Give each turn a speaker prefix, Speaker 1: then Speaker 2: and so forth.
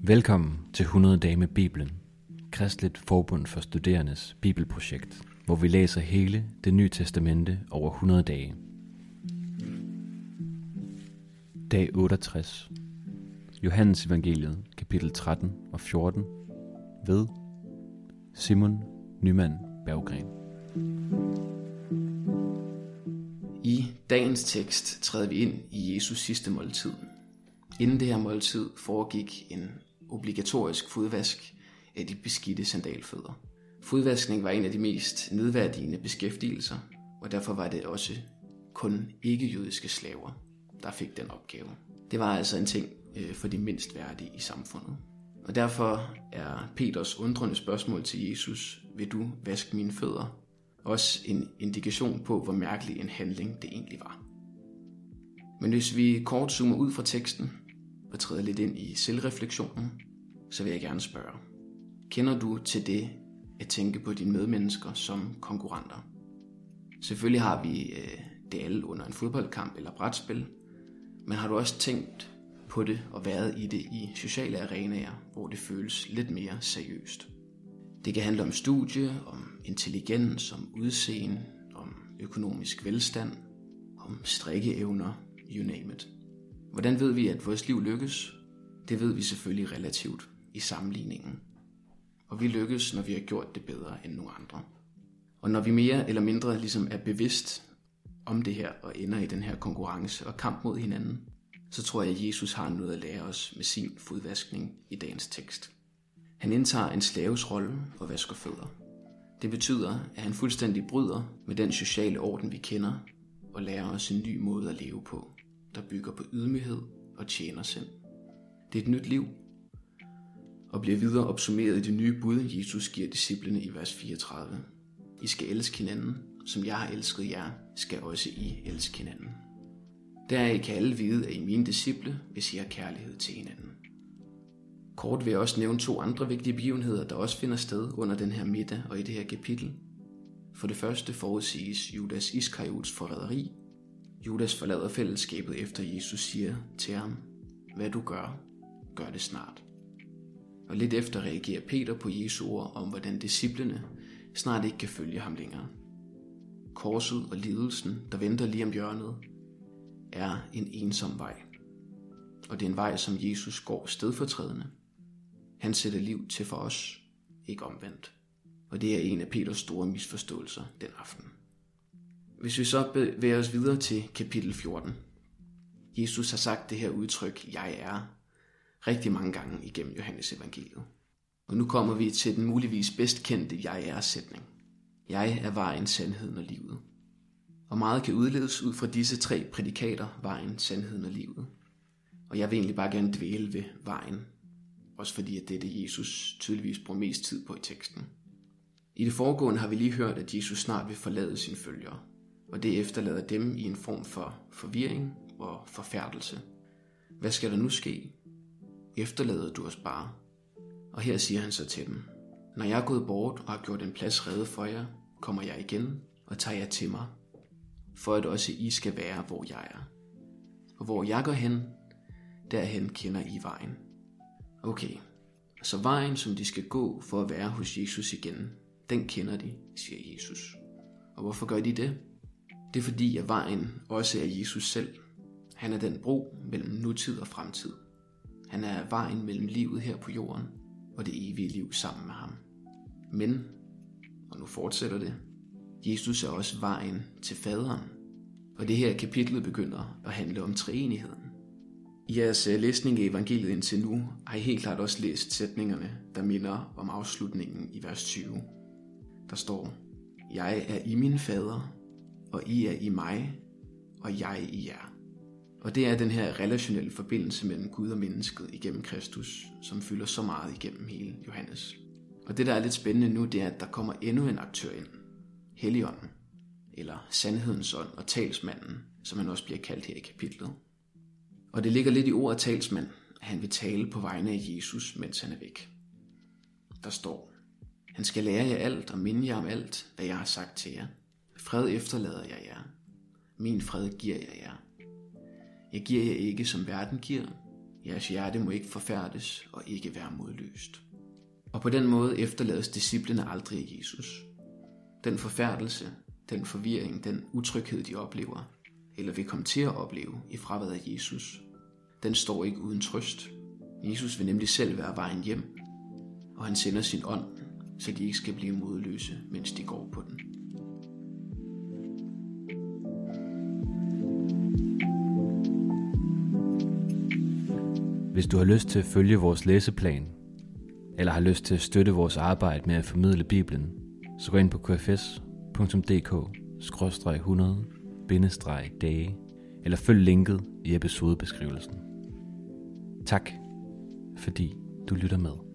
Speaker 1: Velkommen til 100 dage med Bibelen, Kristeligt Forbund for Studerendes Bibelprojekt, hvor vi læser hele det nye testamente over 100 dage. Dag 68. Johannes Evangeliet, kapitel 13 og 14, ved Simon Nyman Berggren.
Speaker 2: I dagens tekst træder vi ind i Jesus sidste måltid. Inden det her måltid foregik en obligatorisk fodvask af de beskidte sandalfødder. Fodvaskning var en af de mest nedværdigende beskæftigelser, og derfor var det også kun ikke-jødiske slaver, der fik den opgave. Det var altså en ting for de mindst værdige i samfundet. Og derfor er Peters undrende spørgsmål til Jesus, vil du vaske mine fødder, også en indikation på, hvor mærkelig en handling det egentlig var. Men hvis vi kort zoomer ud fra teksten og træder lidt ind i selvrefleksionen, så vil jeg gerne spørge. Kender du til det at tænke på dine medmennesker som konkurrenter? Selvfølgelig har vi det alle under en fodboldkamp eller brætspil, men har du også tænkt på det og været i det i sociale arenaer, hvor det føles lidt mere seriøst? Det kan handle om studie, om intelligens, om udseende, om økonomisk velstand, om strikkeevner, you name it. Hvordan ved vi, at vores liv lykkes? Det ved vi selvfølgelig relativt i sammenligningen. Og vi lykkes, når vi har gjort det bedre end nogle andre. Og når vi mere eller mindre ligesom er bevidst om det her og ender i den her konkurrence og kamp mod hinanden, så tror jeg, at Jesus har noget at lære os med sin fodvaskning i dagens tekst. Han indtager en slaves rolle og vasker fødder. Det betyder, at han fuldstændig bryder med den sociale orden, vi kender, og lærer os en ny måde at leve på, der bygger på ydmyghed og tjenersind. Det er et nyt liv, og bliver videre opsummeret i det nye bud, Jesus giver disciplene i vers 34. I skal elske hinanden, som jeg har elsket jer, skal også I elske hinanden. Deraf kan alle vide, at I er mine disciple, hvis I har kærlighed til hinanden. Kort vil jeg også nævne 2 andre vigtige begivenheder, der også finder sted under den her middag og i det her kapitel. For det første forudsiges Judas Iskariots forræderi. Judas forlader fællesskabet efter Jesus siger til ham, hvad du gør, gør det snart. Og lidt efter reagerer Peter på Jesu ord om, hvordan disciplene snart ikke kan følge ham længere. Korset og lidelsen, der venter lige om hjørnet, er en ensom vej. Og det er en vej, som Jesus går stedfortrædende. Han sætter liv til for os, ikke omvendt. Og det er en af Peters store misforståelser den aften. Hvis vi så bevæger os videre til kapitel 14. Jesus har sagt det her udtryk, jeg er, rigtig mange gange igennem Johannes Evangeliet. Og nu kommer vi til den muligvis bedst kendte jeg er-sætning. Jeg er vejen, sandheden og livet. Og meget kan udledes ud fra disse 3 prædikater, vejen, sandheden og livet. Og jeg vil egentlig bare gerne dvæle ved vejen. Også fordi at det er det, Jesus tydeligvis bruger mest tid på i teksten. I det foregående har vi lige hørt, at Jesus snart vil forlade sine følgere. Og det efterlader dem i en form for forvirring og forfærdelse. Hvad skal der nu ske? Efterlader du os bare? Og her siger han så til dem. Når jeg er gået bort og har gjort en plads rede for jer, kommer jeg igen og tager jer til mig. For at også I skal være, hvor jeg er. Og hvor jeg går hen, derhen kender I vejen. Okay, så vejen, som de skal gå for at være hos Jesus igen, den kender de, siger Jesus. Og hvorfor gør de det? Det er fordi, at vejen også er Jesus selv. Han er den bro mellem nutid og fremtid. Han er vejen mellem livet her på jorden og det evige liv sammen med ham. Men, og nu fortsætter det, Jesus er også vejen til faderen. Og det her kapitlet begynder at handle om treenigheden. I jeres læsning af evangeliet indtil nu har I helt klart også læst sætningerne, der minder om afslutningen i vers 20. Der står, jeg er i min fader, og I er i mig, og jeg i jer. Og det er den her relationelle forbindelse mellem Gud og mennesket igennem Kristus, som fylder så meget igennem hele Johannes. Og det, der er lidt spændende nu, det er, at der kommer endnu en aktør ind. Helligånden, eller sandhedens ånd og talsmanden, som han også bliver kaldt her i kapitlet. Og det ligger lidt i ordet talsmand, at han vil tale på vegne af Jesus, mens han er væk. Der står, han skal lære jer alt og minde jer om alt, hvad jeg har sagt til jer. Fred efterlader jeg jer. Min fred giver jeg jer. Jeg giver jer ikke, som verden giver. Jeres hjerte må ikke forfærdes og ikke være modløst. Og på den måde efterlades disciplene aldrig af Jesus. Den forfærdelse, den forvirring, den utryghed, de oplever, eller vil komme til at opleve i fraværet af Jesus, den står ikke uden trøst. Jesus vil nemlig selv være vejen hjem, og han sender sin ånd, så de ikke skal blive modløse, mens de går på den.
Speaker 1: Hvis du har lyst til at følge vores læseplan, eller har lyst til at støtte vores arbejde med at formidle Bibelen, så gå ind på kfs.dk/100-dage, eller følg linket i episodebeskrivelsen. Tak, fordi du lytter med.